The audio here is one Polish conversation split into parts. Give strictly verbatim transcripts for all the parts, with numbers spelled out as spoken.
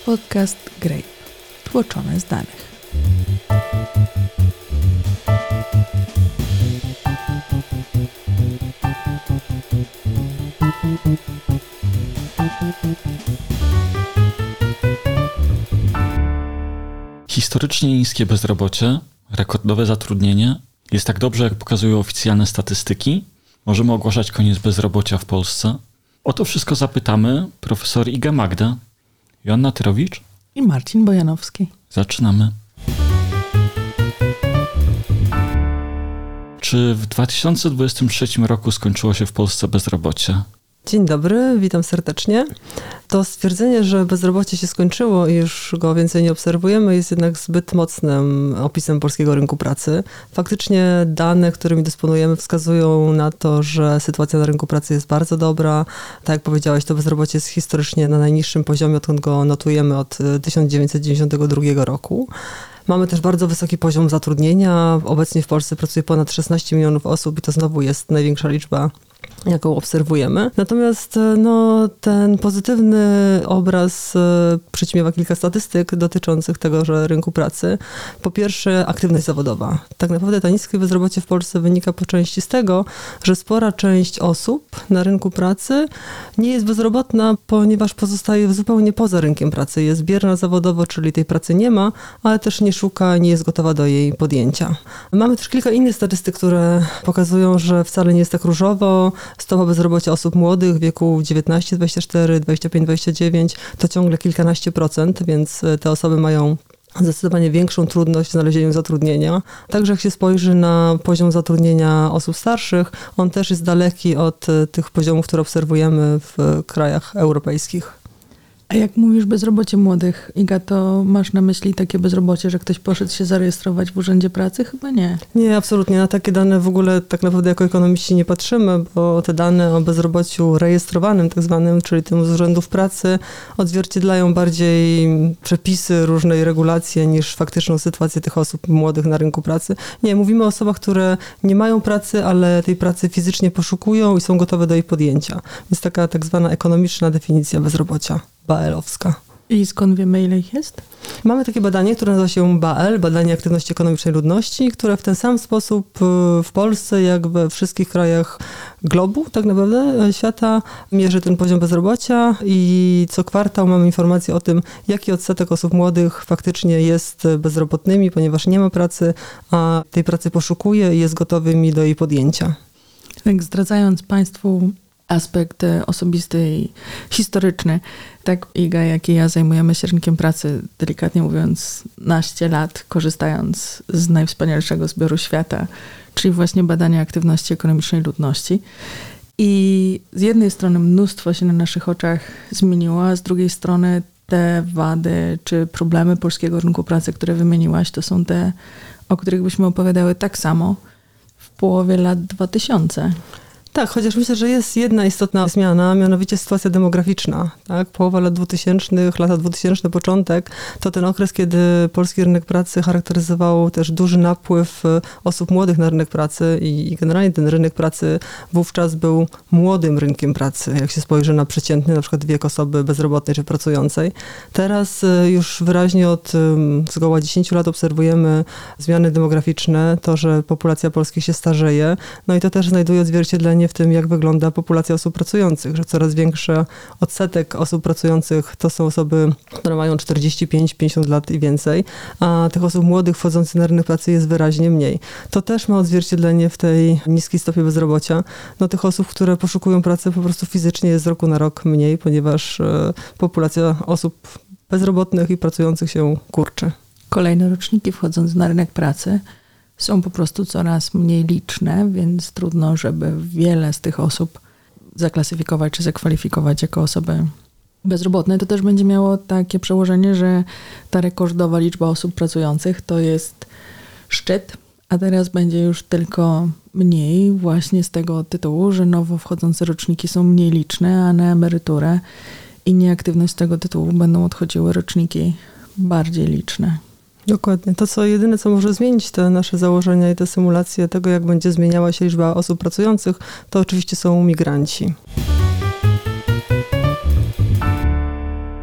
Podcast Grape. Tłoczone z danych. Historycznie niskie bezrobocie, rekordowe zatrudnienie jest tak dobrze, jak pokazują oficjalne statystyki. Możemy ogłaszać koniec bezrobocia w Polsce. O to wszystko zapytamy profesor Igę Magdę, Joanna Tyrowicz i Marcin Bojanowski. Zaczynamy. Czy w dwa tysiące dwudziestym trzecim roku skończyło się w Polsce bezrobocie? Dzień dobry, witam serdecznie. To stwierdzenie, że bezrobocie się skończyło i już go więcej nie obserwujemy, jest jednak zbyt mocnym opisem polskiego rynku pracy. Faktycznie dane, którymi dysponujemy, wskazują na to, że sytuacja na rynku pracy jest bardzo dobra. Tak jak powiedziałeś, to bezrobocie jest historycznie na najniższym poziomie, odkąd go notujemy od tysiąc dziewięćset dziewięćdziesiątego drugiego roku. Mamy też bardzo wysoki poziom zatrudnienia. Obecnie w Polsce pracuje ponad szesnaście milionów osób i to znowu jest największa liczba, jaką obserwujemy. Natomiast no, ten pozytywny obraz przyćmiewa kilka statystyk dotyczących tego, że rynku pracy. Po pierwsze, aktywność zawodowa. Tak naprawdę ta niskie bezrobocie w Polsce wynika po części z tego, że spora część osób na rynku pracy nie jest bezrobotna, ponieważ pozostaje zupełnie poza rynkiem pracy. Jest bierna zawodowo, czyli tej pracy nie ma, ale też nie szuka, nie jest gotowa do jej podjęcia. Mamy też kilka innych statystyk, które pokazują, że wcale nie jest tak różowo. Stopa bezrobocia osób młodych w wieku dziewiętnaście dwadzieścia cztery, dwadzieścia pięć dwadzieścia dziewięć to ciągle kilkanaście procent, więc te osoby mają zdecydowanie większą trudność w znalezieniu zatrudnienia. Także jak się spojrzy na poziom zatrudnienia osób starszych, on też jest daleki od tych poziomów, które obserwujemy w krajach europejskich. A jak mówisz bezrobocie młodych, Iga, to masz na myśli takie bezrobocie, że ktoś poszedł się zarejestrować w Urzędzie Pracy? Chyba nie. Nie, absolutnie. Na takie dane w ogóle tak naprawdę jako ekonomiści nie patrzymy, bo te dane o bezrobociu rejestrowanym tak zwanym, czyli tym z urzędów pracy, odzwierciedlają bardziej przepisy, różne regulacje niż faktyczną sytuację tych osób młodych na rynku pracy. Nie, mówimy o osobach, które nie mają pracy, ale tej pracy fizycznie poszukują i są gotowe do jej podjęcia. Jest taka tak zwana ekonomiczna definicja bezrobocia. B A L-owska. I skąd wiemy, ile ich jest? Mamy takie badanie, które nazywa się B A L, Badanie Aktywności Ekonomicznej Ludności, które w ten sam sposób w Polsce, jak we wszystkich krajach globu, tak naprawdę, świata, mierzy ten poziom bezrobocia i co kwartał mamy informacje o tym, jaki odsetek osób młodych faktycznie jest bezrobotnymi, ponieważ nie ma pracy, a tej pracy poszukuje i jest gotowymi do jej podjęcia. Tak, zdradzając Państwu aspekt osobisty i historyczny. Tak Iga, jak i ja zajmujemy się rynkiem pracy, delikatnie mówiąc, naście lat, korzystając z najwspanialszego zbioru świata, czyli właśnie badania aktywności ekonomicznej ludności. I z jednej strony mnóstwo się na naszych oczach zmieniło, a z drugiej strony te wady czy problemy polskiego rynku pracy, które wymieniłaś, to są te, o których byśmy opowiadały tak samo w połowie lat dwutysięcznych. Tak, chociaż myślę, że jest jedna istotna zmiana, mianowicie sytuacja demograficzna. Tak? Połowa lat dwutysięcznych, lata dwutysięczne, początek, to ten okres, kiedy polski rynek pracy charakteryzował też duży napływ osób młodych na rynek pracy i generalnie ten rynek pracy wówczas był młodym rynkiem pracy, jak się spojrzy na przeciętny na przykład wiek osoby bezrobotnej czy pracującej. Teraz już wyraźnie od zgoła dziesięciu lat obserwujemy zmiany demograficzne, to, że populacja polska się starzeje, no i to też znajduje odzwierciedlenie w tym, jak wygląda populacja osób pracujących, że coraz większy odsetek osób pracujących to są osoby, które mają czterdzieści pięć pięćdziesiąt lat i więcej, a tych osób młodych wchodzących na rynek pracy jest wyraźnie mniej. To też ma odzwierciedlenie w tej niskiej stopie bezrobocia. No tych osób, które poszukują pracy po prostu fizycznie jest z roku na rok mniej, ponieważ populacja osób bezrobotnych i pracujących się kurczy. Kolejne roczniki wchodząc na rynek pracy są po prostu coraz mniej liczne, więc trudno, żeby wiele z tych osób zaklasyfikować czy zakwalifikować jako osoby bezrobotne. To też będzie miało takie przełożenie, że ta rekordowa liczba osób pracujących to jest szczyt, a teraz będzie już tylko mniej właśnie z tego tytułu, że nowo wchodzące roczniki są mniej liczne, a na emeryturę i nieaktywność z tego tytułu będą odchodziły roczniki bardziej liczne. Dokładnie. To, co jedyne, co może zmienić te nasze założenia i te symulacje tego, jak będzie zmieniała się liczba osób pracujących, to oczywiście są migranci. Czy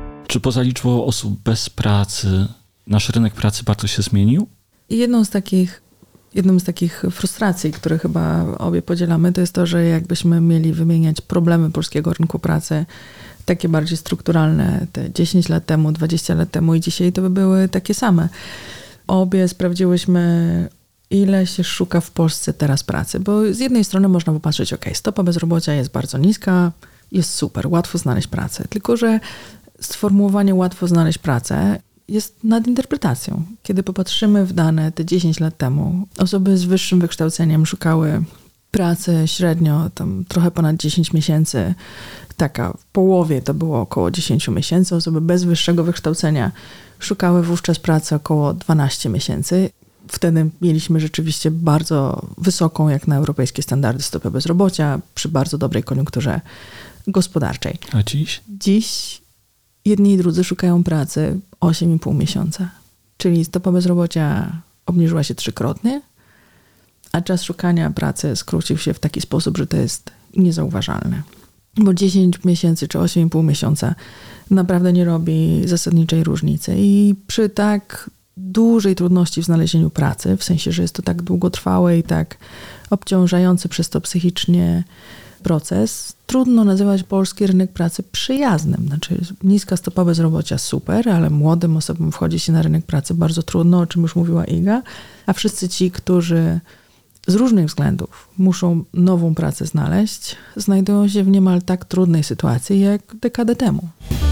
poza liczbą osób bez pracy nasz rynek pracy bardzo się zmienił? I jedną z takich, jedną z takich frustracji, które chyba obie podzielamy, to jest to, że jakbyśmy mieli wymieniać problemy polskiego rynku pracy, takie bardziej strukturalne, te dziesięć lat temu, dwadzieścia lat temu i dzisiaj, to by były takie same. Obie sprawdziłyśmy, ile się szuka w Polsce teraz pracy, bo z jednej strony można popatrzeć, ok, stopa bezrobocia jest bardzo niska, jest super, łatwo znaleźć pracę, tylko że sformułowanie łatwo znaleźć pracę jest nadinterpretacją. Kiedy popatrzymy w dane te dziesięć lat temu, osoby z wyższym wykształceniem szukały pracy średnio tam trochę ponad dziesięć miesięcy, taka w połowie to było około dziesięć miesięcy, osoby bez wyższego wykształcenia szukały wówczas pracy około dwanaście miesięcy. Wtedy mieliśmy rzeczywiście bardzo wysoką, jak na europejskie standardy, stopę bezrobocia przy bardzo dobrej koniunkturze gospodarczej. A dziś? Dziś jedni i drudzy szukają pracy osiem i pół miesiąca. Czyli stopa bezrobocia obniżyła się trzykrotnie, a czas szukania pracy skrócił się w taki sposób, że to jest niezauważalne. Bo dziesięć miesięcy czy osiem i pół miesiąca naprawdę nie robi zasadniczej różnicy. I przy tak dużej trudności w znalezieniu pracy, w sensie, że jest to tak długotrwały i tak obciążający przez to psychicznie proces, trudno nazywać polski rynek pracy przyjaznym. Znaczy niska stopa bezrobocia super, ale młodym osobom wchodzi się na rynek pracy bardzo trudno, o czym już mówiła Iga, a wszyscy ci, którzy z różnych względów muszą nową pracę znaleźć, znajdują się w niemal tak trudnej sytuacji jak dekadę temu.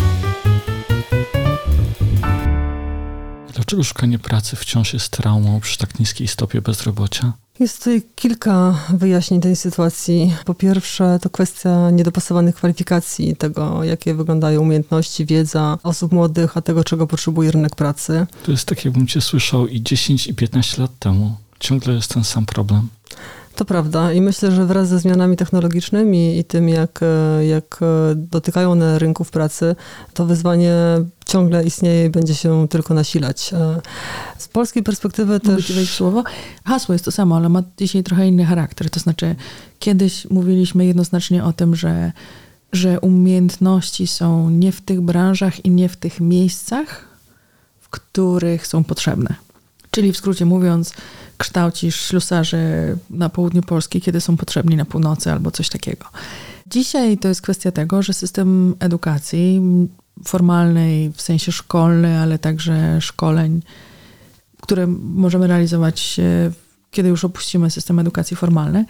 Dlaczego szukanie pracy wciąż jest traumą przy tak niskiej stopie bezrobocia? Jest tutaj kilka wyjaśnień tej sytuacji. Po pierwsze, to kwestia niedopasowanych kwalifikacji, tego, jakie wyglądają umiejętności, wiedza osób młodych, a tego, czego potrzebuje rynek pracy. To jest tak, jakbym cię słyszał i dziesięć i piętnaście lat temu. Ciągle jest ten sam problem. To prawda i myślę, że wraz ze zmianami technologicznymi i tym, jak, jak dotykają one rynków pracy, to wyzwanie ciągle istnieje i będzie się tylko nasilać. Z polskiej perspektywy Mogę też... ci wejść w słowo? Hasło jest to samo, ale ma dzisiaj trochę inny charakter. To znaczy, kiedyś mówiliśmy jednoznacznie o tym, że, że umiejętności są nie w tych branżach i nie w tych miejscach, w których są potrzebne. Czyli w skrócie mówiąc, kształcisz ślusarzy na południu Polski, kiedy są potrzebni na północy albo coś takiego. Dzisiaj to jest kwestia tego, że system edukacji formalnej, w sensie szkolnej, ale także szkoleń, które możemy realizować, kiedy już opuścimy system edukacji formalnej,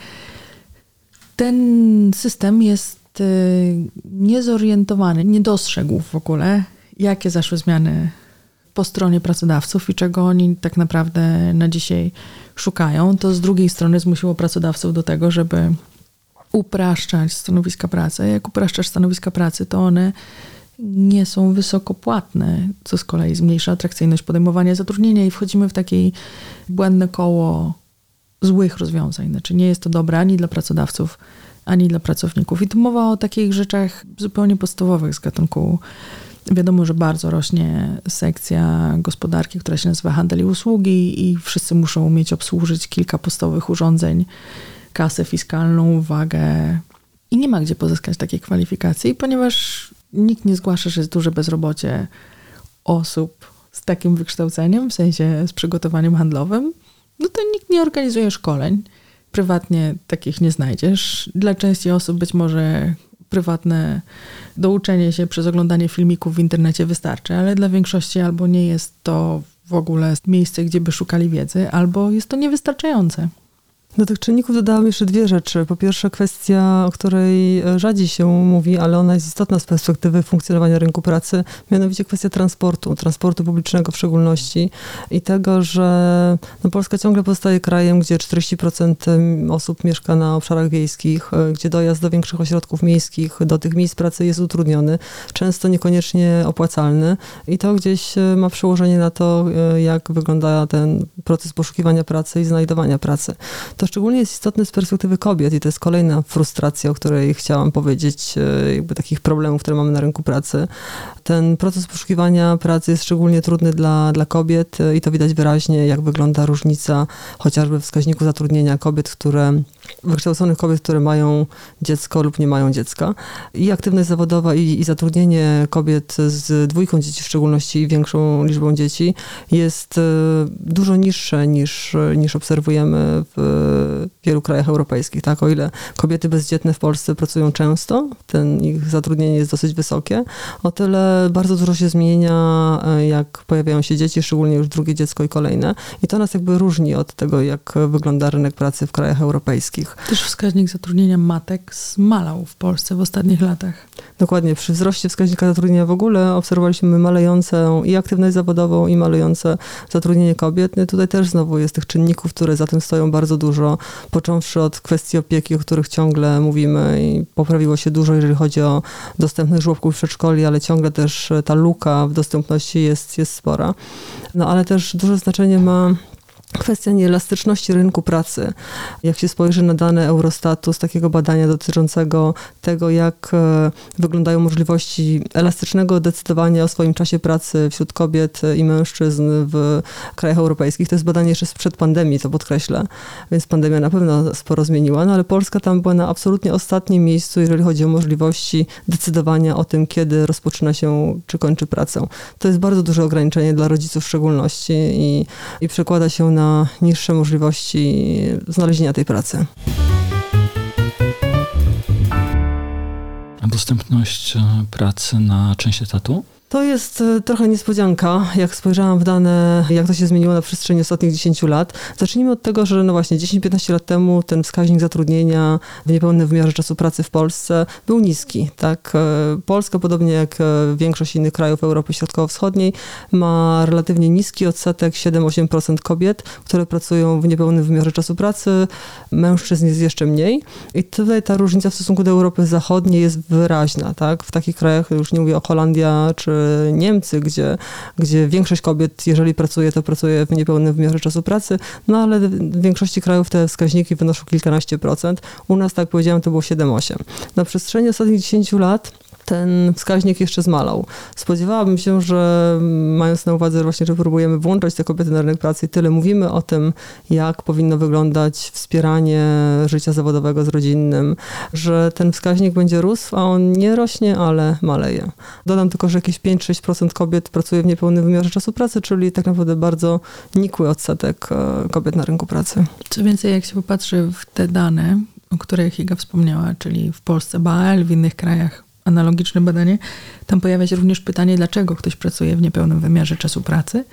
ten system jest niezorientowany, nie dostrzegł w ogóle, jakie zaszły zmiany po stronie pracodawców i czego oni tak naprawdę na dzisiaj szukają. To z drugiej strony zmusiło pracodawców do tego, żeby upraszczać stanowiska pracy. Jak upraszczasz stanowiska pracy, to one nie są wysoko płatne, co z kolei zmniejsza atrakcyjność podejmowania zatrudnienia i wchodzimy w takie błędne koło złych rozwiązań. Znaczy nie jest to dobre ani dla pracodawców, ani dla pracowników. I tu mowa o takich rzeczach zupełnie podstawowych z gatunku. Wiadomo, że bardzo rośnie sekcja gospodarki, która się nazywa handel i usługi i wszyscy muszą umieć obsłużyć kilka podstawowych urządzeń, kasę fiskalną, wagę i nie ma gdzie pozyskać takiej kwalifikacji, ponieważ nikt nie zgłasza, że jest duże bezrobocie osób z takim wykształceniem, w sensie z przygotowaniem handlowym, no to nikt nie organizuje szkoleń. Prywatnie takich nie znajdziesz. Dla części osób być może prywatne douczenie się przez oglądanie filmików w internecie wystarczy, ale dla większości albo nie jest to w ogóle miejsce, gdzie by szukali wiedzy, albo jest to niewystarczające. Do tych czynników dodałam jeszcze dwie rzeczy. Po pierwsze kwestia, o której rzadziej się mówi, ale ona jest istotna z perspektywy funkcjonowania rynku pracy, mianowicie kwestia transportu, transportu publicznego w szczególności i tego, że no Polska ciągle pozostaje krajem, gdzie czterdzieści procent osób mieszka na obszarach wiejskich, gdzie dojazd do większych ośrodków miejskich, do tych miejsc pracy jest utrudniony, często niekoniecznie opłacalny i to gdzieś ma przełożenie na to, jak wygląda ten proces poszukiwania pracy i znajdowania pracy. To szczególnie jest istotne z perspektywy kobiet i to jest kolejna frustracja, o której chciałam powiedzieć, jakby takich problemów, które mamy na rynku pracy. Ten proces poszukiwania pracy jest szczególnie trudny dla, dla kobiet i to widać wyraźnie, jak wygląda różnica chociażby w wskaźniku zatrudnienia kobiet, które, wykształconych kobiet, które mają dziecko lub nie mają dziecka. I aktywność zawodowa i, i zatrudnienie kobiet z dwójką dzieci w szczególności i większą liczbą dzieci jest dużo niższe niż, niż obserwujemy w wielu krajach europejskich. Tak? O ile kobiety bezdzietne w Polsce pracują często, ten ich zatrudnienie jest dosyć wysokie, o tyle bardzo dużo się zmienia, jak pojawiają się dzieci, szczególnie już drugie dziecko i kolejne. I to nas jakby różni od tego, jak wygląda rynek pracy w krajach europejskich. Też wskaźnik zatrudnienia matek zmalał w Polsce w ostatnich latach. Dokładnie. Przy wzroście wskaźnika zatrudnienia w ogóle obserwowaliśmy malejącą i aktywność zawodową, i malejące zatrudnienie kobiet. No tutaj też znowu jest tych czynników, które za tym stoją bardzo dużo, począwszy od kwestii opieki, o których ciągle mówimy i poprawiło się dużo, jeżeli chodzi o dostępność żłobków w przedszkoli, ale ciągle też ta luka w dostępności jest, jest spora. No ale też duże znaczenie ma kwestia nieelastyczności rynku pracy. Jak się spojrzy na dane Eurostatu z takiego badania dotyczącego tego, jak wyglądają możliwości elastycznego decydowania o swoim czasie pracy wśród kobiet i mężczyzn w krajach europejskich. To jest badanie jeszcze sprzed pandemii, to podkreślę, więc pandemia na pewno sporo zmieniła, no ale Polska tam była na absolutnie ostatnim miejscu, jeżeli chodzi o możliwości decydowania o tym, kiedy rozpoczyna się czy kończy pracę. To jest bardzo duże ograniczenie dla rodziców w szczególności i, i przekłada się na na niższe możliwości znalezienia tej pracy. A dostępność pracy na część etatu? To jest trochę niespodzianka, jak spojrzałam w dane, jak to się zmieniło na przestrzeni ostatnich dziesięciu lat. Zacznijmy od tego, że no właśnie dziesięć piętnaście lat temu ten wskaźnik zatrudnienia w niepełnym wymiarze czasu pracy w Polsce był niski. Tak? Polska, podobnie jak większość innych krajów Europy Środkowo-Wschodniej, ma relatywnie niski odsetek siedem do ośmiu procent kobiet, które pracują w niepełnym wymiarze czasu pracy. Mężczyzn jest jeszcze mniej. I tutaj ta różnica w stosunku do Europy Zachodniej jest wyraźna. Tak? W takich krajach, już nie mówię o Holandia czy Niemcy, gdzie, gdzie większość kobiet, jeżeli pracuje, to pracuje w niepełnym wymiarze czasu pracy, no ale w większości krajów te wskaźniki wynoszą kilkanaście procent. U nas, tak jak powiedziałem, to było siedem do ośmiu. Na przestrzeni ostatnich dziesięciu lat ten wskaźnik jeszcze zmalał. Spodziewałabym się, że mając na uwadze właśnie, że próbujemy włączać te kobiety na rynek pracy i tyle mówimy o tym, jak powinno wyglądać wspieranie życia zawodowego z rodzinnym, że ten wskaźnik będzie rósł, a on nie rośnie, ale maleje. Dodam tylko, że jakieś pięć do sześciu procent kobiet pracuje w niepełnym wymiarze czasu pracy, czyli tak naprawdę bardzo nikły odsetek kobiet na rynku pracy. Co więcej, jak się popatrzy w te dane, o których Iga wspomniała, czyli w Polsce B A L, w innych krajach analogiczne badanie, tam pojawia się również pytanie, dlaczego ktoś pracuje w niepełnym wymiarze czasu pracy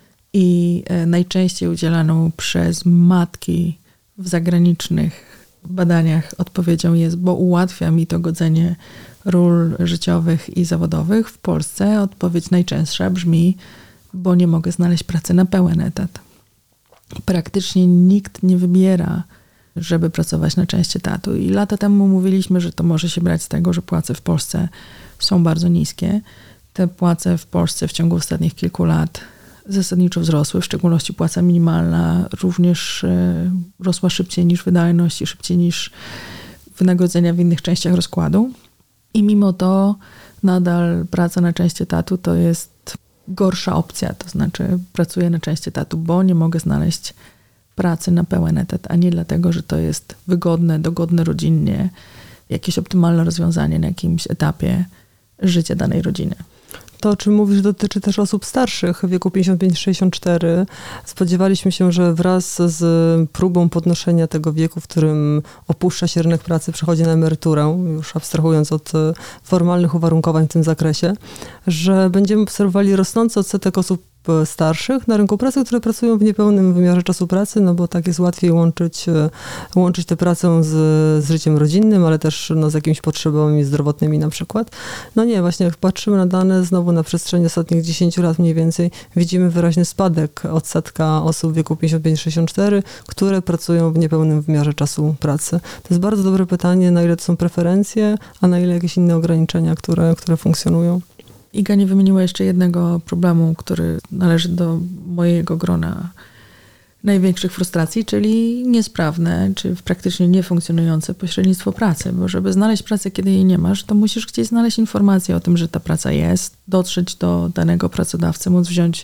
i najczęściej udzielaną przez matki w zagranicznych badaniach odpowiedzią jest, bo ułatwia mi to godzenie ról życiowych i zawodowych. W Polsce odpowiedź najczęstsza brzmi, bo nie mogę znaleźć pracy na pełen etat. Praktycznie nikt nie wybiera, żeby pracować na część etatu. I lata temu mówiliśmy, że to może się brać z tego, że płace w Polsce są bardzo niskie. Te płace w Polsce w ciągu ostatnich kilku lat zasadniczo wzrosły, w szczególności płaca minimalna również y, rosła szybciej niż wydajność i szybciej niż wynagrodzenia w innych częściach rozkładu. I mimo to nadal praca na część etatu to jest gorsza opcja, to znaczy pracuję na część etatu, bo nie mogę znaleźć pracy na pełen etat, a nie dlatego, że to jest wygodne, dogodne rodzinnie, jakieś optymalne rozwiązanie na jakimś etapie życia danej rodziny. To, o czym mówisz, dotyczy też osób starszych w wieku pięćdziesiąt pięć do sześćdziesięciu czterech. Spodziewaliśmy się, że wraz z próbą podnoszenia tego wieku, w którym opuszcza się rynek pracy, przechodzi na emeryturę, już abstrahując od formalnych uwarunkowań w tym zakresie, że będziemy obserwowali rosnący odsetek osób starszych na rynku pracy, które pracują w niepełnym wymiarze czasu pracy, no bo tak jest łatwiej łączyć, łączyć tę pracę z, z życiem rodzinnym, ale też no, z jakimiś potrzebami zdrowotnymi na przykład. No nie, właśnie jak patrzymy na dane, znowu na przestrzeni ostatnich dziesięciu lat mniej więcej, widzimy wyraźny spadek odsetka osób w wieku pięćdziesiąt pięć do sześćdziesięciu czterech, które pracują w niepełnym wymiarze czasu pracy. To jest bardzo dobre pytanie, na ile to są preferencje, a na ile jakieś inne ograniczenia, które, które funkcjonują. Iga nie wymieniła jeszcze jednego problemu, który należy do mojego grona największych frustracji, czyli niesprawne, czy praktycznie niefunkcjonujące pośrednictwo pracy, bo żeby znaleźć pracę, kiedy jej nie masz, to musisz gdzieś znaleźć informację o tym, że ta praca jest, dotrzeć do danego pracodawcy, móc wziąć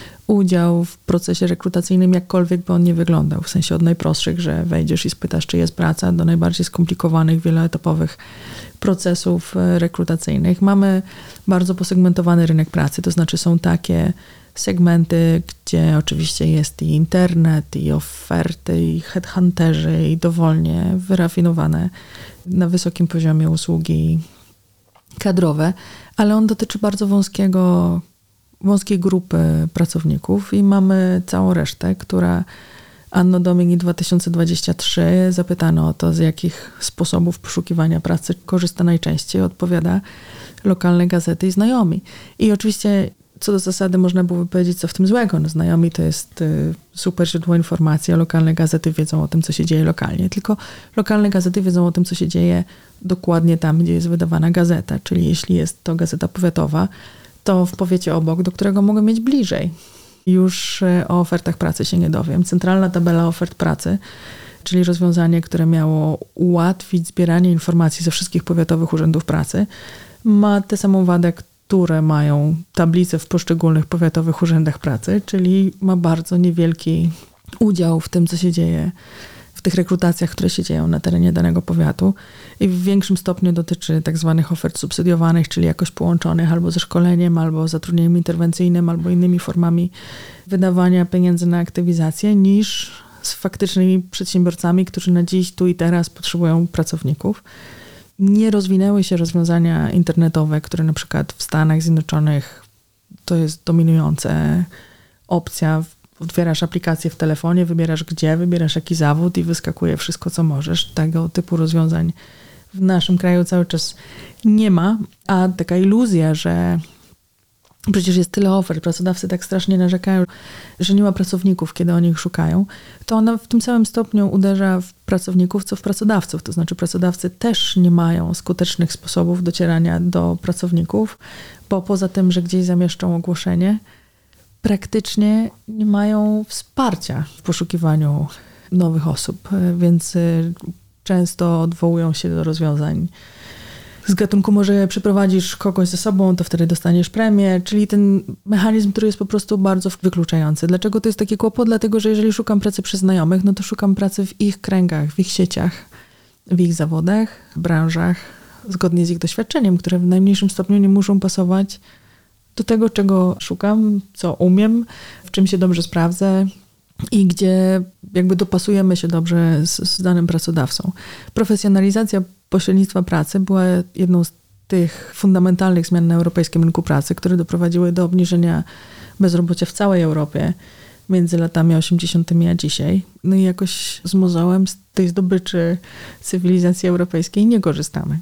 udział w procesie rekrutacyjnym, jakkolwiek by on nie wyglądał. W sensie od najprostszych, że wejdziesz i spytasz, czy jest praca, do najbardziej skomplikowanych, wieloetapowych procesów rekrutacyjnych. Mamy bardzo posegmentowany rynek pracy, to znaczy są takie segmenty, gdzie oczywiście jest i internet, i oferty, i headhunterzy, i dowolnie wyrafinowane na wysokim poziomie usługi kadrowe, ale on dotyczy bardzo wąskiego, wąskiej grupy pracowników i mamy całą resztę, która Anno Domini dwa tysiące dwudziesty trzeci zapytano o to, z jakich sposobów poszukiwania pracy korzysta najczęściej, odpowiada lokalne gazety i znajomi. I oczywiście co do zasady można byłoby powiedzieć, co w tym złego. No, znajomi to jest y, super źródło informacji, a lokalne gazety wiedzą o tym, co się dzieje lokalnie. Tylko lokalne gazety wiedzą o tym, co się dzieje dokładnie tam, gdzie jest wydawana gazeta. Czyli jeśli jest to gazeta powiatowa, to w powiecie obok, do którego mogę mieć bliżej. Już y, o ofertach pracy się nie dowiem. Centralna tabela ofert pracy, czyli rozwiązanie, które miało ułatwić zbieranie informacji ze wszystkich powiatowych urzędów pracy, ma tę samą wadę, które mają tablice w poszczególnych powiatowych urzędach pracy, czyli ma bardzo niewielki udział w tym, co się dzieje w tych rekrutacjach, które się dzieją na terenie danego powiatu i w większym stopniu dotyczy tak zwanych ofert subsydiowanych, czyli jakoś połączonych albo ze szkoleniem, albo zatrudnieniem interwencyjnym, albo innymi formami wydawania pieniędzy na aktywizację, niż z faktycznymi przedsiębiorcami, którzy na dziś, tu i teraz potrzebują pracowników. Nie rozwinęły się rozwiązania internetowe, które na przykład w Stanach Zjednoczonych to jest dominująca opcja. Otwierasz aplikację w telefonie, wybierasz gdzie, wybierasz jaki zawód i wyskakuje wszystko, co możesz. Tego typu rozwiązań w naszym kraju cały czas nie ma, a taka iluzja, że przecież jest tyle ofert, pracodawcy tak strasznie narzekają, że nie ma pracowników, kiedy oni ich szukają, to ona w tym samym stopniu uderza w pracowników, co w pracodawców. To znaczy pracodawcy też nie mają skutecznych sposobów docierania do pracowników, bo poza tym, że gdzieś zamieszczą ogłoszenie, praktycznie nie mają wsparcia w poszukiwaniu nowych osób, więc często odwołują się do rozwiązań z gatunku może przyprowadzisz kogoś ze sobą, to wtedy dostaniesz premię, czyli ten mechanizm, który jest po prostu bardzo wykluczający. Dlaczego to jest taki kłopot? Dlatego, że jeżeli szukam pracy przez znajomych, no to szukam pracy w ich kręgach, w ich sieciach, w ich zawodach, branżach, zgodnie z ich doświadczeniem, które w najmniejszym stopniu nie muszą pasować do tego, czego szukam, co umiem, w czym się dobrze sprawdzę i gdzie jakby dopasujemy się dobrze z, z danym pracodawcą. Profesjonalizacja pośrednictwa pracy była jedną z tych fundamentalnych zmian na europejskim rynku pracy, które doprowadziły do obniżenia bezrobocia w całej Europie między latami osiemdziesiątymi a dzisiaj. No i jakoś z muzeum z tej zdobyczy cywilizacji europejskiej nie korzystamy.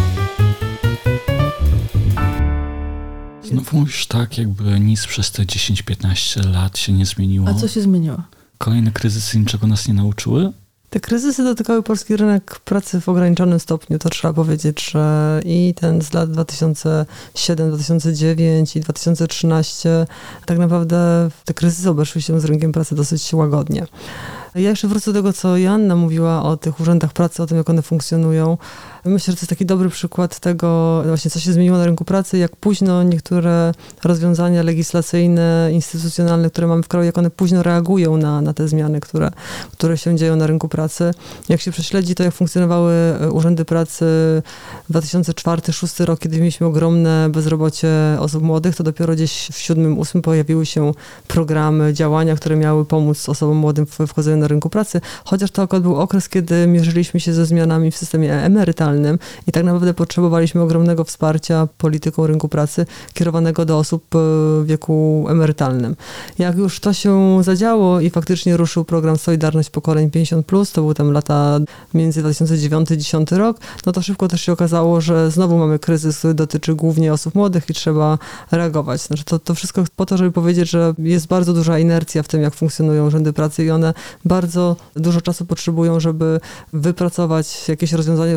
Znowu mówisz tak, jakby nic przez te dziesięć piętnaście lat się nie zmieniło. A co się zmieniło? Kolejne kryzysy niczego nas nie nauczyły? Te kryzysy dotykały polski rynek pracy w ograniczonym stopniu, to trzeba powiedzieć, że i ten z lat dwa tysiące siódmy, dwa tysiące dziewiąty i dwa tysiące trzynasty tak naprawdę te kryzysy obeszły się z rynkiem pracy dosyć łagodnie. Ja jeszcze wrócę do tego, co Joanna mówiła o tych urzędach pracy, o tym, jak one funkcjonują. Myślę, że to jest taki dobry przykład tego, właśnie co się zmieniło na rynku pracy, jak późno niektóre rozwiązania legislacyjne, instytucjonalne, które mamy w kraju, jak one późno reagują na, na te zmiany, które, które się dzieją na rynku pracy. Jak się prześledzi to, jak funkcjonowały urzędy pracy dwa tysiące czwarty, dwa tysiące szósty rok, kiedy mieliśmy ogromne bezrobocie osób młodych, to dopiero gdzieś w siódmym, ósmym pojawiły się programy, działania, które miały pomóc osobom młodym w wchodzeniu na rynku pracy, chociaż to akurat był okres, kiedy mierzyliśmy się ze zmianami w systemie emerytalnym i tak naprawdę potrzebowaliśmy ogromnego wsparcia polityką rynku pracy kierowanego do osób w wieku emerytalnym. Jak już to się zadziało i faktycznie ruszył program Solidarność Pokoleń pięćdziesiąt plus, to były tam lata między dwa tysiące dziewiąty a dwa tysiące dziesiąty rok, no to szybko też się okazało, że znowu mamy kryzys, który dotyczy głównie osób młodych i trzeba reagować. Znaczy to, to wszystko po to, żeby powiedzieć, że jest bardzo duża inercja w tym, jak funkcjonują urzędy pracy i one bardzo dużo czasu potrzebują, żeby wypracować jakieś rozwiązania, już abstrahując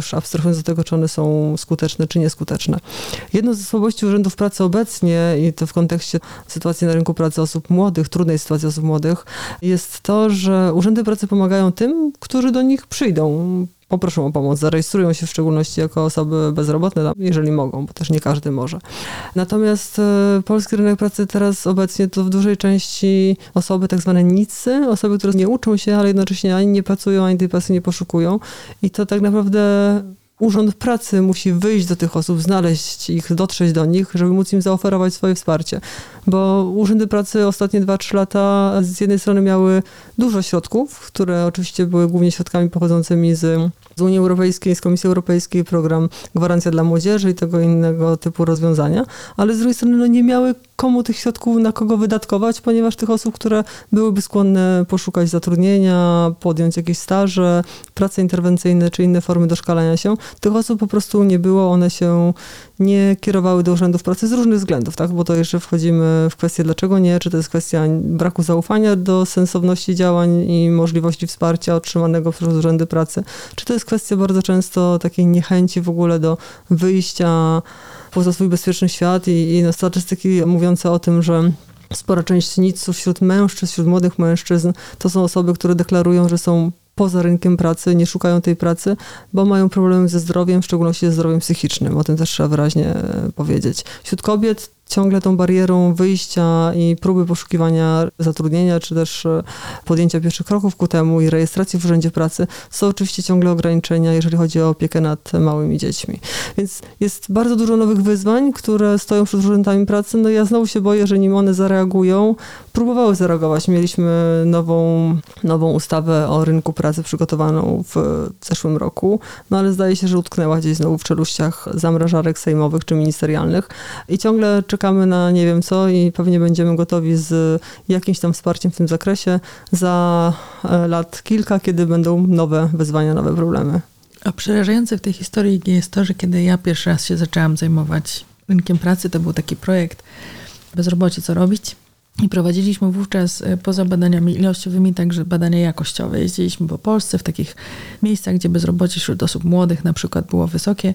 dochodząc do tego, czy one są skuteczne, czy nieskuteczne. Jedną ze słabości urzędów pracy obecnie, i to w kontekście sytuacji na rynku pracy osób młodych, trudnej sytuacji osób młodych, jest to, że urzędy pracy pomagają tym, którzy do nich przyjdą. Poproszą o pomoc, zarejestrują się w szczególności jako osoby bezrobotne, jeżeli mogą, bo też nie każdy może. Natomiast e, polski rynek pracy teraz obecnie to w dużej części osoby tak zwane nicy, osoby, które nie uczą się, ale jednocześnie ani nie pracują, ani tej pracy nie poszukują. I to tak naprawdę Urząd Pracy musi wyjść do tych osób, znaleźć ich, dotrzeć do nich, żeby móc im zaoferować swoje wsparcie. Bo urzędy pracy ostatnie dwa trzy lata z jednej strony miały dużo środków, które oczywiście były głównie środkami pochodzącymi z, z Unii Europejskiej, z Komisji Europejskiej, program Gwarancja dla Młodzieży i tego innego typu rozwiązania, ale z drugiej strony no, nie miały komu tych środków na kogo wydatkować, ponieważ tych osób, które byłyby skłonne poszukać zatrudnienia, podjąć jakieś staże, prace interwencyjne czy inne formy doszkalania się, tych osób po prostu nie było, one się nie kierowały do urzędów pracy z różnych względów, tak? Bo to jeszcze wchodzimy w kwestię dlaczego nie, czy to jest kwestia braku zaufania do sensowności działań i możliwości wsparcia otrzymanego przez urzędy pracy, czy to jest kwestia bardzo często takiej niechęci w ogóle do wyjścia poza swój bezpieczny świat i, i no, statystyki mówiące o tym, że spora część niców wśród mężczyzn, wśród młodych mężczyzn to są osoby, które deklarują, że są poza rynkiem pracy, nie szukają tej pracy, bo mają problemy ze zdrowiem, w szczególności ze zdrowiem psychicznym. O tym też trzeba wyraźnie powiedzieć. Wśród kobiet ciągle tą barierą wyjścia i próby poszukiwania zatrudnienia, czy też podjęcia pierwszych kroków ku temu i rejestracji w urzędzie pracy są oczywiście ciągle ograniczenia, jeżeli chodzi o opiekę nad małymi dziećmi. Więc jest bardzo dużo nowych wyzwań, które stoją przed urzędami pracy. No ja znowu się boję, że nim one zareagują, próbowały zareagować. Mieliśmy nową, nową ustawę o rynku pracy przygotowaną w zeszłym roku, no ale zdaje się, że utknęła gdzieś znowu w czeluściach zamrażarek sejmowych czy ministerialnych i ciągle czekamy na nie wiem co i pewnie będziemy gotowi z jakimś tam wsparciem w tym zakresie za lat kilka, kiedy będą nowe wyzwania, nowe problemy. A przerażające w tej historii jest to, że kiedy ja pierwszy raz się zaczęłam zajmować rynkiem pracy, to był taki projekt Bezrobocie, co robić? I prowadziliśmy wówczas poza badaniami ilościowymi także badania jakościowe. Jeździliśmy po Polsce w takich miejscach, gdzie bezrobocie wśród osób młodych na przykład było wysokie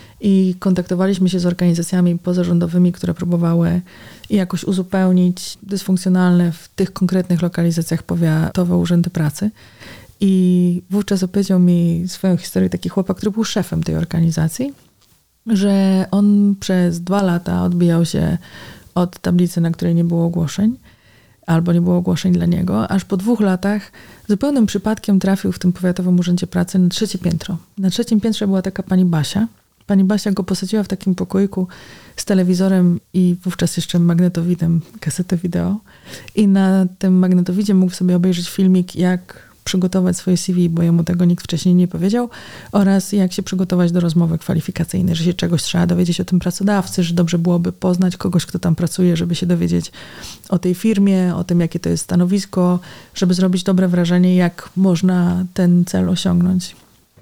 i kontaktowaliśmy się z organizacjami pozarządowymi, które próbowały jakoś uzupełnić dysfunkcjonalne w tych konkretnych lokalizacjach powiatowe urzędy pracy. I wówczas opowiedział mi swoją historię taki chłopak, który był szefem tej organizacji, że on przez dwa lata odbijał się od tablicy, na której nie było ogłoszeń, albo nie było ogłoszeń dla niego, aż po dwóch latach zupełnym przypadkiem trafił w tym powiatowym urzędzie pracy na trzecie piętro. Na trzecim piętrze była taka pani Basia. Pani Basia go posadziła w takim pokoiku z telewizorem i wówczas jeszcze magnetowidem, kasetę wideo. I na tym magnetowidzie mógł sobie obejrzeć filmik, jak przygotować swoje C V, bo jemu tego nikt wcześniej nie powiedział, oraz jak się przygotować do rozmowy kwalifikacyjnej, że się czegoś trzeba dowiedzieć o tym pracodawcy, że dobrze byłoby poznać kogoś, kto tam pracuje, żeby się dowiedzieć o tej firmie, o tym, jakie to jest stanowisko, żeby zrobić dobre wrażenie, jak można ten cel osiągnąć.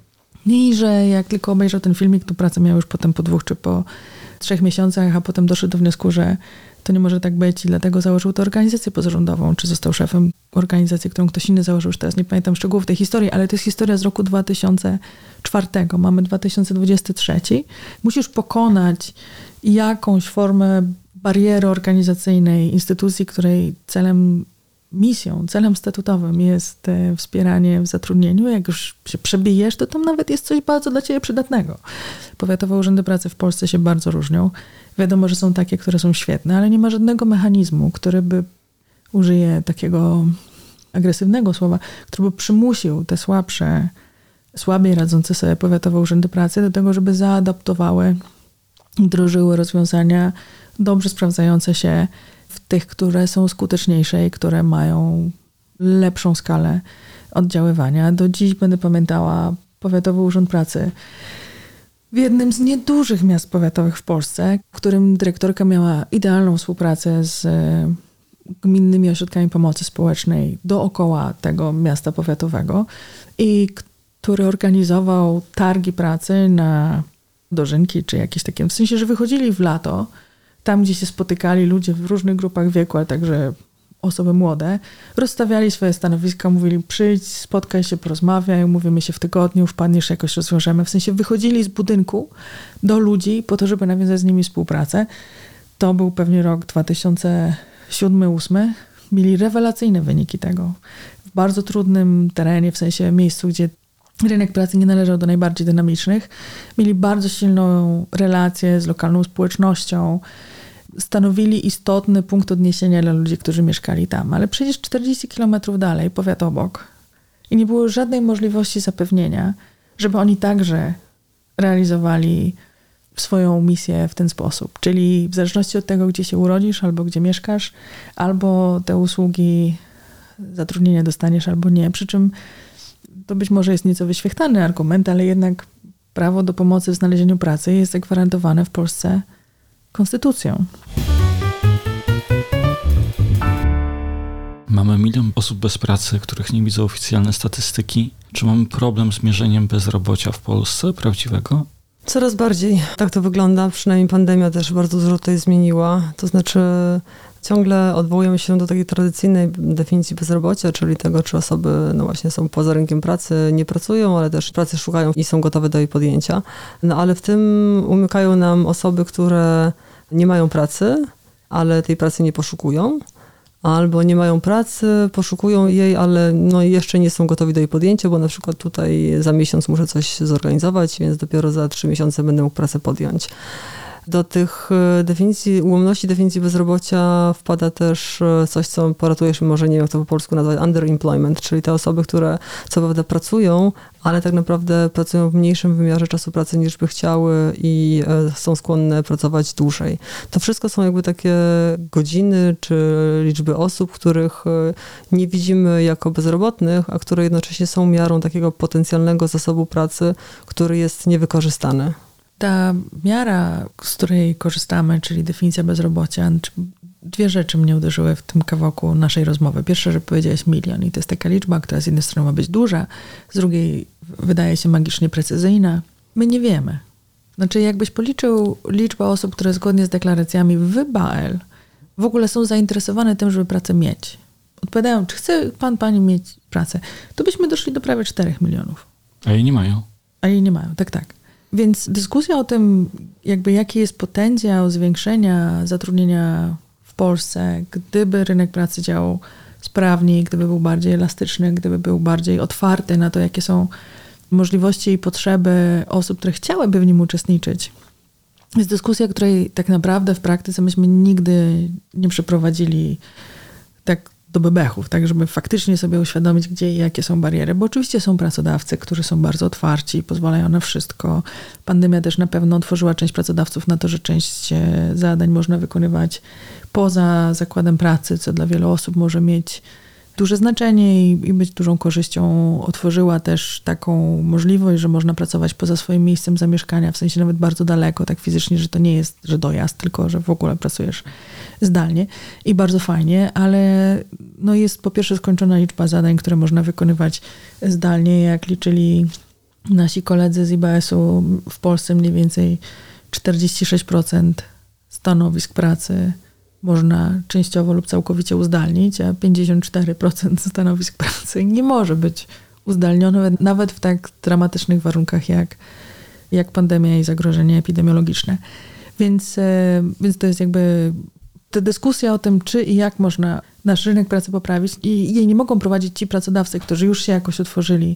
I że jak tylko obejrzał ten filmik, to pracę miał już potem po dwóch czy po trzech miesiącach, a potem doszedł do wniosku, że to nie może tak być i dlatego założył tę organizację pozarządową, czy został szefem organizacji, którą ktoś inny założył, już teraz nie pamiętam szczegółów tej historii, ale to jest historia z roku dwa tysiące czwartego. Mamy dwa tysiące dwudziesty trzeci. Musisz pokonać jakąś formę bariery organizacyjnej instytucji, której celem, misją, celem statutowym jest wspieranie w zatrudnieniu. Jak już się przebijesz, to tam nawet jest coś bardzo dla ciebie przydatnego. Powiatowe urzędy pracy w Polsce się bardzo różnią. Wiadomo, że są takie, które są świetne, ale nie ma żadnego mechanizmu, który by, użyję takiego agresywnego słowa, który by przymusił te słabsze, słabiej radzące sobie powiatowe urzędy pracy do tego, żeby zaadaptowały, wdrożyły rozwiązania dobrze sprawdzające się w tych, które są skuteczniejsze i które mają lepszą skalę oddziaływania. Do dziś będę pamiętała Powiatowy Urząd Pracy w jednym z niedużych miast powiatowych w Polsce, w którym dyrektorka miała idealną współpracę z gminnymi ośrodkami pomocy społecznej dookoła tego miasta powiatowego i który organizował targi pracy na dożynki czy jakieś takie, w sensie, że wychodzili w lato, tam gdzie się spotykali ludzie w różnych grupach wieku, ale także osoby młode, rozstawiali swoje stanowiska, mówili przyjdź, spotkaj się, porozmawiaj, umówimy się w tygodniu, wpadniesz, jakoś rozwiążemy. W sensie wychodzili z budynku do ludzi po to, żeby nawiązać z nimi współpracę. To był pewnie rok dwa tysiące siódmy dwa tysiące ósmy. Mieli rewelacyjne wyniki tego. W bardzo trudnym terenie, w sensie miejscu, gdzie rynek pracy nie należał do najbardziej dynamicznych. Mieli bardzo silną relację z lokalną społecznością. Stanowili istotny punkt odniesienia dla ludzi, którzy mieszkali tam. Ale przecież czterdzieści kilometrów dalej, powiat obok. I nie było żadnej możliwości zapewnienia, żeby oni także realizowali swoją misję w ten sposób. Czyli w zależności od tego, gdzie się urodzisz, albo gdzie mieszkasz, albo te usługi zatrudnienia dostaniesz, albo nie. Przy czym to być może jest nieco wyświechtany argument, ale jednak prawo do pomocy w znalezieniu pracy jest zagwarantowane w Polsce konstytucją. Mamy milion osób bez pracy, których nie widzą oficjalne statystyki. Czy mamy problem z mierzeniem bezrobocia w Polsce prawdziwego? Coraz bardziej tak to wygląda, przynajmniej pandemia też bardzo dużo tutaj zmieniła. To znaczy ciągle odwołujemy się do takiej tradycyjnej definicji bezrobocia, czyli tego, czy osoby no właśnie są poza rynkiem pracy, nie pracują, ale też pracy szukają i są gotowe do jej podjęcia. No ale w tym umykają nam osoby, które nie mają pracy, ale tej pracy nie poszukują. Albo nie mają pracy, poszukują jej, ale no jeszcze nie są gotowi do jej podjęcia, bo na przykład tutaj za miesiąc muszę coś zorganizować, więc dopiero za trzy miesiące będę mógł pracę podjąć. Do tych definicji, ułomności definicji bezrobocia wpada też coś, co poratujesz mi, może nie wiem, jak to po polsku nazwać, underemployment, czyli te osoby, które co prawda pracują, ale tak naprawdę pracują w mniejszym wymiarze czasu pracy niż by chciały i są skłonne pracować dłużej. To wszystko są jakby takie godziny czy liczby osób, których nie widzimy jako bezrobotnych, a które jednocześnie są miarą takiego potencjalnego zasobu pracy, który jest niewykorzystany. Ta miara, z której korzystamy, czyli definicja bezrobocia, dwie rzeczy mnie uderzyły w tym kawałku naszej rozmowy. Pierwsza, że powiedziałeś milion i to jest taka liczba, która z jednej strony ma być duża, z drugiej wydaje się magicznie precyzyjna. My nie wiemy. Znaczy jakbyś policzył liczbę osób, które zgodnie z deklaracjami w B A L w ogóle są zainteresowane tym, żeby pracę mieć. Odpowiadają, czy chce pan, pani mieć pracę, to byśmy doszli do prawie czterech milionów. A jej nie mają. A jej nie mają, tak, tak. Więc dyskusja o tym, jakby jaki jest potencjał zwiększenia zatrudnienia w Polsce, gdyby rynek pracy działał sprawniej, gdyby był bardziej elastyczny, gdyby był bardziej otwarty na to, jakie są możliwości i potrzeby osób, które chciałyby w nim uczestniczyć. Jest dyskusja, której tak naprawdę w praktyce myśmy nigdy nie przeprowadzili tak do bebechów, tak żeby faktycznie sobie uświadomić, gdzie i jakie są bariery, bo oczywiście są pracodawcy, którzy są bardzo otwarci, pozwalają na wszystko. Pandemia też na pewno otworzyła część pracodawców na to, że część zadań można wykonywać poza zakładem pracy, co dla wielu osób może mieć duże znaczenie i, i być dużą korzyścią. Otworzyła też taką możliwość, że można pracować poza swoim miejscem zamieszkania, w sensie nawet bardzo daleko, tak fizycznie, że to nie jest, że dojazd, tylko że w ogóle pracujesz zdalnie i bardzo fajnie, ale no jest po pierwsze skończona liczba zadań, które można wykonywać zdalnie. Jak liczyli nasi koledzy z I B S-u, w Polsce mniej więcej czterdzieści sześć procent stanowisk pracy można częściowo lub całkowicie uzdalnić, a pięćdziesiąt cztery procent stanowisk pracy nie może być uzdalnione nawet w tak dramatycznych warunkach jak, jak pandemia i zagrożenie epidemiologiczne. Więc, więc to jest jakby ta dyskusja o tym, czy i jak można nasz rynek pracy poprawić i jej nie mogą prowadzić ci pracodawcy, którzy już się jakoś otworzyli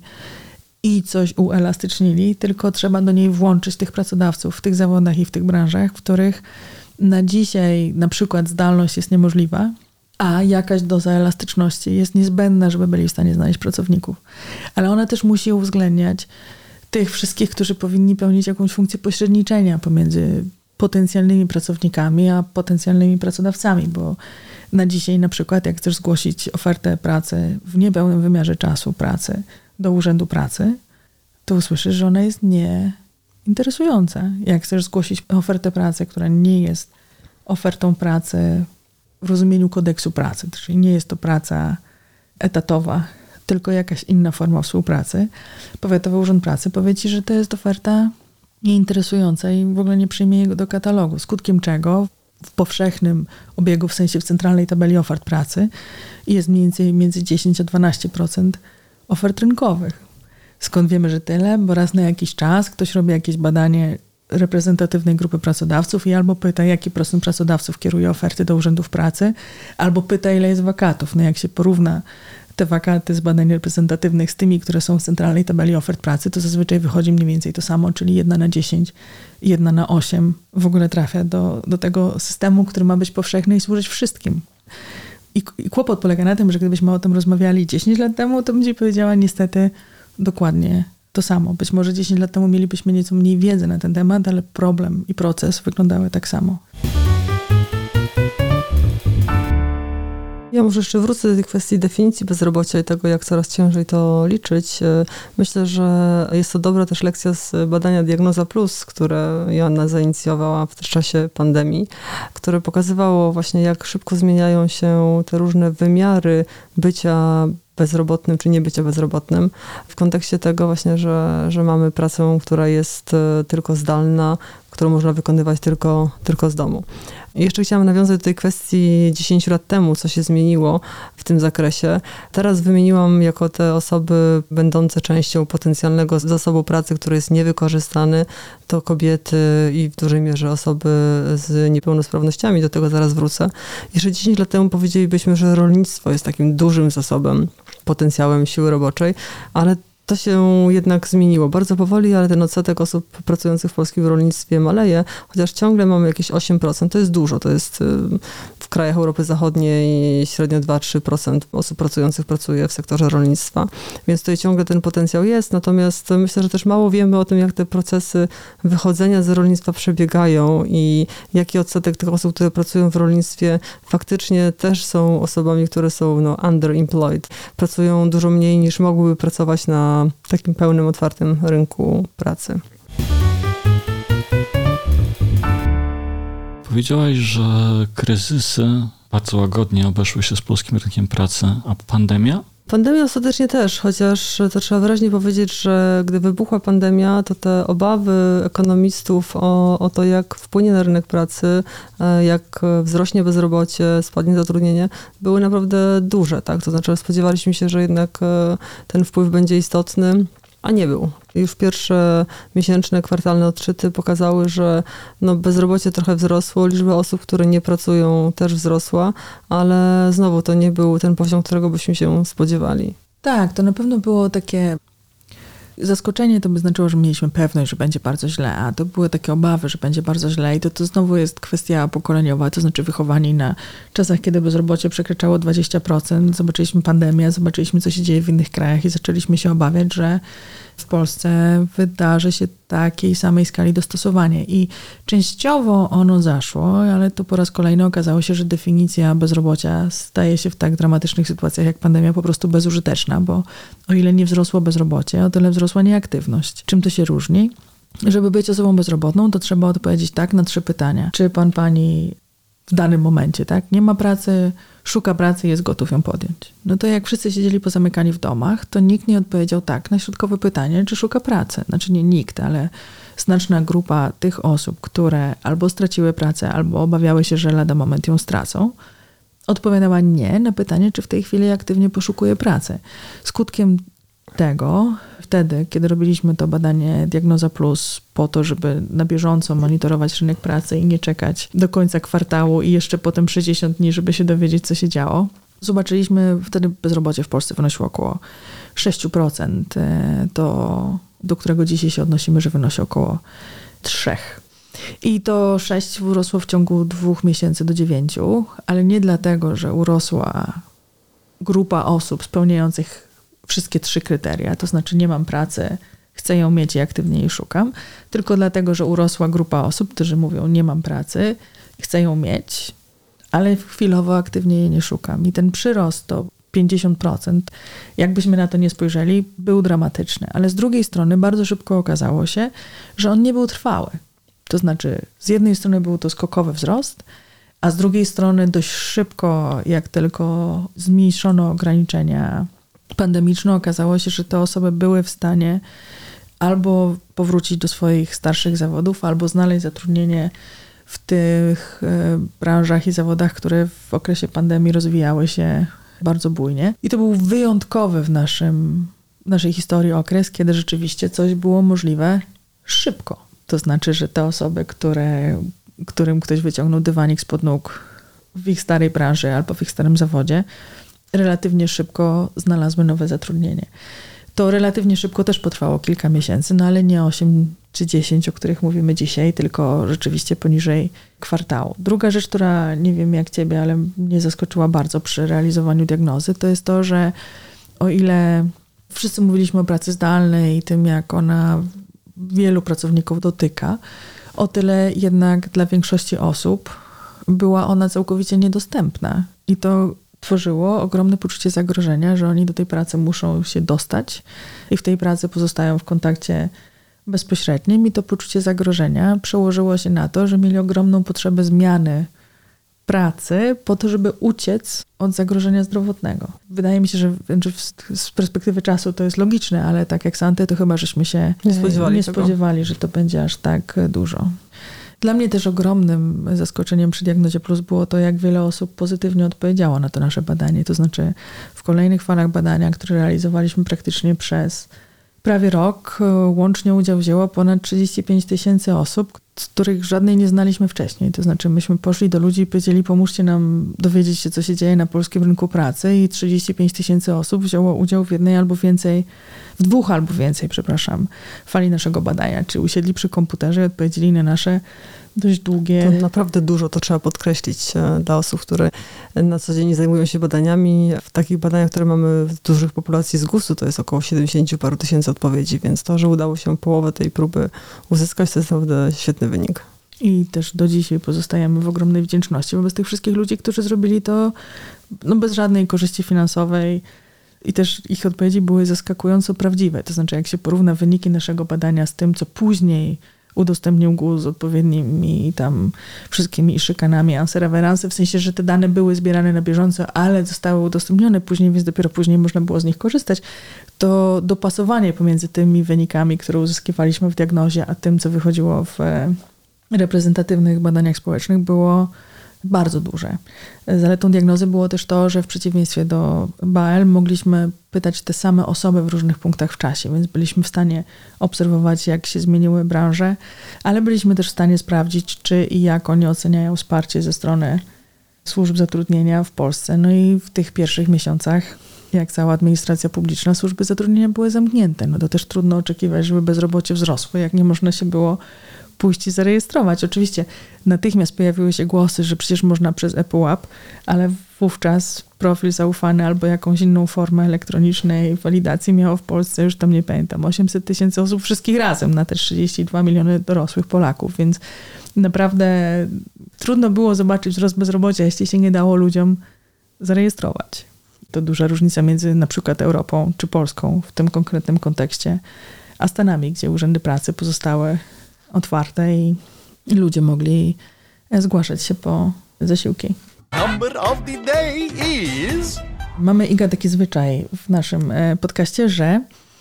i coś uelastycznili, tylko trzeba do niej włączyć tych pracodawców w tych zawodach i w tych branżach, w których na dzisiaj na przykład zdalność jest niemożliwa, a jakaś doza elastyczności jest niezbędna, żeby byli w stanie znaleźć pracowników. Ale ona też musi uwzględniać tych wszystkich, którzy powinni pełnić jakąś funkcję pośredniczenia pomiędzy potencjalnymi pracownikami, a potencjalnymi pracodawcami, bo na dzisiaj na przykład jak chcesz zgłosić ofertę pracy w niepełnym wymiarze czasu pracy do Urzędu Pracy, to usłyszysz, że ona jest nieinteresująca. Jak chcesz zgłosić ofertę pracy, która nie jest ofertą pracy w rozumieniu kodeksu pracy, czyli nie jest to praca etatowa, tylko jakaś inna forma współpracy, Powiatowy Urząd Pracy powie ci, że to jest oferta nieinteresująca i w ogóle nie przyjmie jego do katalogu. Skutkiem czego w powszechnym obiegu, w sensie w centralnej tabeli ofert pracy i jest mniej więcej między dziesięć a dwanaście procent ofert rynkowych. Skąd wiemy, że tyle? Bo raz na jakiś czas ktoś robi jakieś badanie reprezentatywnej grupy pracodawców i albo pyta, jaki procent pracodawców kieruje oferty do urzędów pracy, albo pyta, ile jest wakatów. No jak się porówna te wakaty z badań reprezentatywnych z tymi, które są w centralnej tabeli ofert pracy, to zazwyczaj wychodzi mniej więcej to samo, czyli jedna na dziesięć, jedna na osiem w ogóle trafia do, do tego systemu, który ma być powszechny i służyć wszystkim. I, I kłopot polega na tym, że gdybyśmy o tym rozmawiali dziesięć lat temu, to bym ci powiedziała niestety dokładnie to samo. Być może dziesięć lat temu mielibyśmy nieco mniej wiedzy na ten temat, ale problem i proces wyglądały tak samo. Ja może jeszcze wrócę do tej kwestii definicji bezrobocia i tego, jak coraz ciężej to liczyć. Myślę, że jest to dobra też lekcja z badania Diagnoza Plus, które Joanna zainicjowała w czasie pandemii, które pokazywało właśnie, jak szybko zmieniają się te różne wymiary bycia bezrobotnym czy nie bycia bezrobotnym w kontekście tego właśnie, że, że mamy pracę, która jest tylko zdalna, którą można wykonywać tylko, tylko z domu. I jeszcze chciałam nawiązać do tej kwestii dziesięć lat temu, co się zmieniło w tym zakresie. Teraz wymieniłam jako te osoby będące częścią potencjalnego zasobu pracy, który jest niewykorzystany, to kobiety i w dużej mierze osoby z niepełnosprawnościami, do tego zaraz wrócę. Jeszcze dziesięć lat temu powiedzielibyśmy, że rolnictwo jest takim dużym zasobem, potencjałem siły roboczej, ale to się jednak zmieniło. Bardzo powoli, ale ten odsetek osób pracujących w polskim rolnictwie maleje, chociaż ciągle mamy jakieś osiem procent. To jest dużo. To jest w krajach Europy Zachodniej średnio dwa do trzech procent osób pracujących pracuje w sektorze rolnictwa. Więc tutaj ciągle ten potencjał jest. Natomiast myślę, że też mało wiemy o tym, jak te procesy wychodzenia z rolnictwa przebiegają i jaki odsetek tych osób, które pracują w rolnictwie, faktycznie też są osobami, które są no, underemployed. Pracują dużo mniej niż mogłyby pracować na takim pełnym, otwartym rynku pracy. Powiedziałaś, że kryzysy bardzo łagodnie obeszły się z polskim rynkiem pracy, a pandemia? Pandemia ostatecznie też, chociaż to trzeba wyraźnie powiedzieć, że gdy wybuchła pandemia, to te obawy ekonomistów o, o to, jak wpłynie na rynek pracy, jak wzrośnie bezrobocie, spadnie zatrudnienie, były naprawdę duże. Tak? To znaczy spodziewaliśmy się, że jednak ten wpływ będzie istotny, a nie był. Już pierwsze miesięczne, kwartalne odczyty pokazały, że no bezrobocie trochę wzrosło, liczba osób, które nie pracują, też wzrosła, ale znowu to nie był ten poziom, którego byśmy się spodziewali. Tak, to na pewno było takie zaskoczenie, to by znaczyło, że mieliśmy pewność, że będzie bardzo źle, a to były takie obawy, że będzie bardzo źle i to, to znowu jest kwestia pokoleniowa, to znaczy wychowani na czasach, kiedy bezrobocie przekraczało dwadzieścia procent, zobaczyliśmy pandemię, zobaczyliśmy, co się dzieje w innych krajach i zaczęliśmy się obawiać, że w Polsce wydarzy się takiej samej skali dostosowanie i częściowo ono zaszło, ale to po raz kolejny okazało się, że definicja bezrobocia staje się w tak dramatycznych sytuacjach jak pandemia po prostu bezużyteczna, bo o ile nie wzrosło bezrobocie, o tyle wzrosła nieaktywność. Czym to się różni? Żeby być osobą bezrobotną, to trzeba odpowiedzieć tak na trzy pytania. Czy pan, pani w danym momencie, tak, nie ma pracy, szuka pracy i jest gotów ją podjąć. No to jak wszyscy siedzieli pozamykani w domach, to nikt nie odpowiedział tak na środkowe pytanie, czy szuka pracy. Znaczy nie nikt, ale znaczna grupa tych osób, które albo straciły pracę, albo obawiały się, że lada moment ją stracą, odpowiadała nie na pytanie, czy w tej chwili aktywnie poszukuje pracy. Skutkiem tego, wtedy, kiedy robiliśmy to badanie Diagnoza Plus po to, żeby na bieżąco monitorować rynek pracy i nie czekać do końca kwartału i jeszcze potem sześćdziesiąt dni, żeby się dowiedzieć, co się działo, zobaczyliśmy, wtedy bezrobocie w Polsce wynosiło około sześć procent, to do którego dzisiaj się odnosimy, że wynosi około trzy procent. I to sześć urosło w ciągu dwóch miesięcy do dziewięciu, ale nie dlatego, że urosła grupa osób spełniających wszystkie trzy kryteria, to znaczy nie mam pracy, chcę ją mieć i aktywnie jej szukam, tylko dlatego, że urosła grupa osób, którzy mówią nie mam pracy, chcę ją mieć, ale chwilowo aktywnie jej nie szukam. I ten przyrost to pięćdziesiąt procent, jakbyśmy na to nie spojrzeli, był dramatyczny. Ale z drugiej strony bardzo szybko okazało się, że on nie był trwały. To znaczy z jednej strony był to skokowy wzrost, a z drugiej strony dość szybko, jak tylko zmniejszono ograniczenia pandemiczne, okazało się, że te osoby były w stanie albo powrócić do swoich starszych zawodów, albo znaleźć zatrudnienie w tych branżach i zawodach, które w okresie pandemii rozwijały się bardzo bujnie. I to był wyjątkowy w naszym, naszej historii okres, kiedy rzeczywiście coś było możliwe szybko. To znaczy, że te osoby, które, którym ktoś wyciągnął dywanik spod nóg w ich starej branży albo w ich starym zawodzie, relatywnie szybko znalazły nowe zatrudnienie. To relatywnie szybko też potrwało kilka miesięcy, no ale nie osiem czy dziesięć, o których mówimy dzisiaj, tylko rzeczywiście poniżej kwartału. Druga rzecz, która nie wiem jak ciebie, ale mnie zaskoczyła bardzo przy realizowaniu diagnozy, to jest to, że o ile wszyscy mówiliśmy o pracy zdalnej i tym, jak ona wielu pracowników dotyka, o tyle jednak dla większości osób była ona całkowicie niedostępna. I to tworzyło ogromne poczucie zagrożenia, że oni do tej pracy muszą się dostać i w tej pracy pozostają w kontakcie bezpośrednim i to poczucie zagrożenia przełożyło się na to, że mieli ogromną potrzebę zmiany pracy po to, żeby uciec od zagrożenia zdrowotnego. Wydaje mi się, że z perspektywy czasu to jest logiczne, ale tak jak Santy, to chyba żeśmy się nie spodziewali, nie spodziewali że to będzie aż tak dużo. Dla mnie też ogromnym zaskoczeniem przy Diagnozie Plus było to, jak wiele osób pozytywnie odpowiedziało na to nasze badanie. To znaczy w kolejnych falach badania, które realizowaliśmy praktycznie przez prawie rok, łącznie udział wzięło ponad trzydzieści pięć tysięcy osób, z których żadnej nie znaliśmy wcześniej. To znaczy myśmy poszli do ludzi i powiedzieli, pomóżcie nam dowiedzieć się, co się dzieje na polskim rynku pracy i trzydzieści pięć tysięcy osób wzięło udział w jednej albo więcej, w dwóch albo więcej, przepraszam, fali naszego badania. Czy usiedli przy komputerze i odpowiedzieli na nasze dość długie... To naprawdę dużo, to trzeba podkreślić dla osób, które na co dzień zajmują się badaniami. W takich badaniach, które mamy w dużych populacji z gustu, to jest około siedemdziesiąt paru tysięcy odpowiedzi, więc to, że udało się połowę tej próby uzyskać, to jest naprawdę świetny wynik. I też do dzisiaj pozostajemy w ogromnej wdzięczności wobec tych wszystkich ludzi, którzy zrobili to no, bez żadnej korzyści finansowej i też ich odpowiedzi były zaskakująco prawdziwe. To znaczy, jak się porówna wyniki naszego badania z tym, co później udostępnił G U Z z odpowiednimi tam wszystkimi szykanami ansereveranse, w sensie, że te dane były zbierane na bieżąco, ale zostały udostępnione później, więc dopiero później można było z nich korzystać, to dopasowanie pomiędzy tymi wynikami, które uzyskiwaliśmy w diagnozie, a tym, co wychodziło w reprezentatywnych badaniach społecznych, było bardzo duże. Zaletą diagnozy było też to, że w przeciwieństwie do B A L mogliśmy pytać te same osoby w różnych punktach w czasie, więc byliśmy w stanie obserwować, jak się zmieniły branże, ale byliśmy też w stanie sprawdzić, czy i jak oni oceniają wsparcie ze strony służb zatrudnienia w Polsce. No i w tych pierwszych miesiącach, jak cała administracja publiczna, służby zatrudnienia były zamknięte. No to też trudno oczekiwać, żeby bezrobocie wzrosło, jak nie można się było pójść i zarejestrować. Oczywiście natychmiast pojawiły się głosy, że przecież można przez ePUAP, ale wówczas profil zaufany albo jakąś inną formę elektronicznej walidacji miało w Polsce, już tam nie pamiętam, osiemset tysięcy osób wszystkich razem na te trzydzieści dwa miliony dorosłych Polaków, więc naprawdę trudno było zobaczyć wzrost bezrobocia, jeśli się nie dało ludziom zarejestrować. To duża różnica między na przykład Europą czy Polską w tym konkretnym kontekście, a Stanami, gdzie urzędy pracy pozostały otwarte i ludzie mogli zgłaszać się po zasiłki. Number of the day is... Mamy, Iga, taki zwyczaj w naszym podcaście, że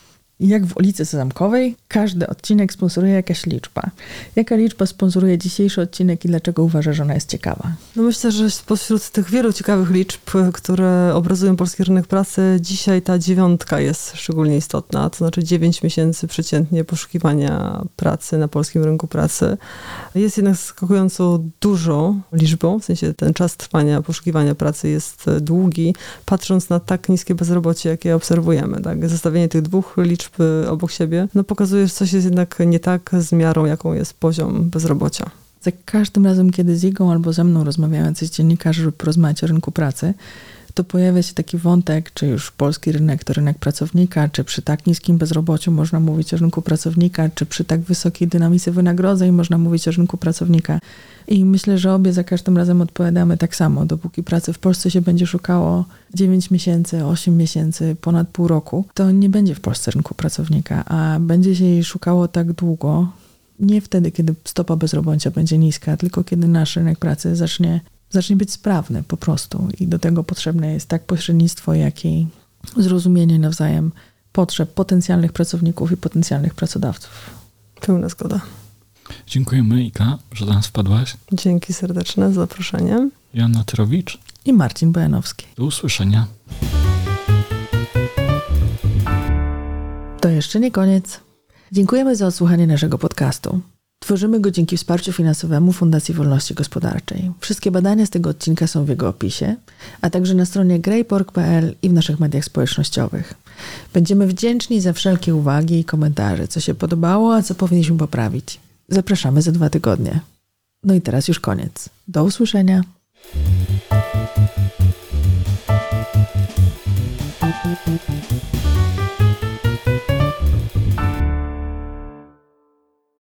jak w ulicy Sezamkowej, każdy odcinek sponsoruje jakaś liczba. Jaka liczba sponsoruje dzisiejszy odcinek i dlaczego uważasz, że ona jest ciekawa? No myślę, że spośród tych wielu ciekawych liczb, które obrazują polski rynek pracy, dzisiaj ta dziewiątka jest szczególnie istotna. To znaczy dziewięć miesięcy przeciętnie poszukiwania pracy na polskim rynku pracy. Jest jednak zaskakująco dużą liczbą, w sensie ten czas trwania poszukiwania pracy jest długi, patrząc na tak niskie bezrobocie, jakie obserwujemy. Tak? Zestawienie tych dwóch liczb obok siebie, no pokazuje, że coś jest jednak nie tak z miarą, jaką jest poziom bezrobocia. Za każdym razem, kiedy z Igą albo ze mną rozmawiając z dziennikarzem, żeby porozmawiać o rynku pracy, to pojawia się taki wątek, czy już polski rynek to rynek pracownika, czy przy tak niskim bezrobociu można mówić o rynku pracownika, czy przy tak wysokiej dynamice wynagrodzeń można mówić o rynku pracownika. I myślę, że obie za każdym razem odpowiadamy tak samo. Dopóki pracy w Polsce się będzie szukało dziewięć miesięcy, osiem miesięcy, ponad pół roku, to nie będzie w Polsce rynku pracownika, a będzie się jej szukało tak długo, nie wtedy, kiedy stopa bezrobocia będzie niska, tylko kiedy nasz rynek pracy zacznie zacznie być sprawny po prostu i do tego potrzebne jest tak pośrednictwo, jak i zrozumienie nawzajem potrzeb potencjalnych pracowników i potencjalnych pracodawców. Pełna zgoda. Dziękujemy, Iga, że do nas wpadłaś. Dzięki serdeczne za zaproszenie. Joanna Tyrowicz i Marcin Bojanowski. Do usłyszenia. To jeszcze nie koniec. Dziękujemy za odsłuchanie naszego podcastu. Tworzymy go dzięki wsparciu finansowemu Fundacji Wolności Gospodarczej. Wszystkie badania z tego odcinka są w jego opisie, a także na stronie greypork kropka p l i w naszych mediach społecznościowych. Będziemy wdzięczni za wszelkie uwagi i komentarze, co się podobało, a co powinniśmy poprawić. Zapraszamy za dwa tygodnie. No i teraz już koniec. Do usłyszenia. Thank you.